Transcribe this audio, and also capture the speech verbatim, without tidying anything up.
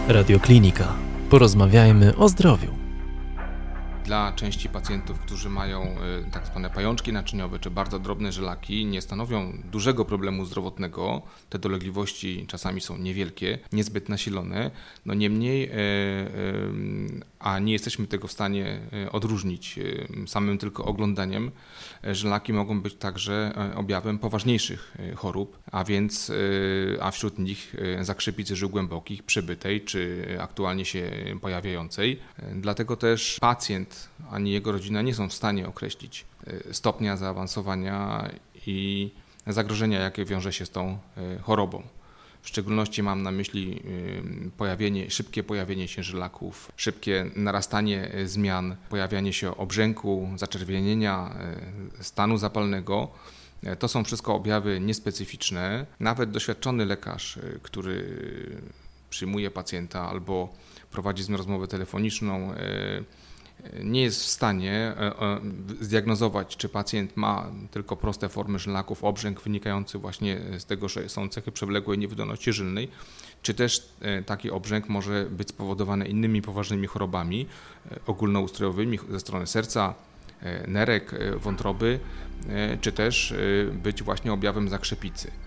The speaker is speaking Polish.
Radioklinika. Porozmawiajmy o zdrowiu. Dla części pacjentów, którzy mają tak zwane pajączki naczyniowe czy bardzo drobne żylaki, nie stanowią dużego problemu zdrowotnego. Te dolegliwości czasami są niewielkie, niezbyt nasilone. No niemniej, a nie jesteśmy tego w stanie odróżnić samym tylko oglądaniem, żylaki mogą być także objawem poważniejszych chorób, a więc a wśród nich zakrzepicy żył głębokich, przybytej czy aktualnie się pojawiającej. Dlatego też pacjent ani jego rodzina nie są w stanie określić stopnia zaawansowania i zagrożenia, jakie wiąże się z tą chorobą. W szczególności mam na myśli pojawienie, szybkie pojawienie się żylaków, szybkie narastanie zmian, pojawianie się obrzęku, zaczerwienienia, stanu zapalnego. To są wszystko objawy niespecyficzne. Nawet doświadczony lekarz, który przyjmuje pacjenta albo prowadzi z nim rozmowę telefoniczną, nie jest w stanie zdiagnozować, czy pacjent ma tylko proste formy żylaków, obrzęk wynikający właśnie z tego, że są cechy przewlekłej niewydolności żylnej, czy też taki obrzęk może być spowodowany innymi poważnymi chorobami ogólnoustrojowymi ze strony serca, nerek, wątroby, czy też być właśnie objawem zakrzepicy.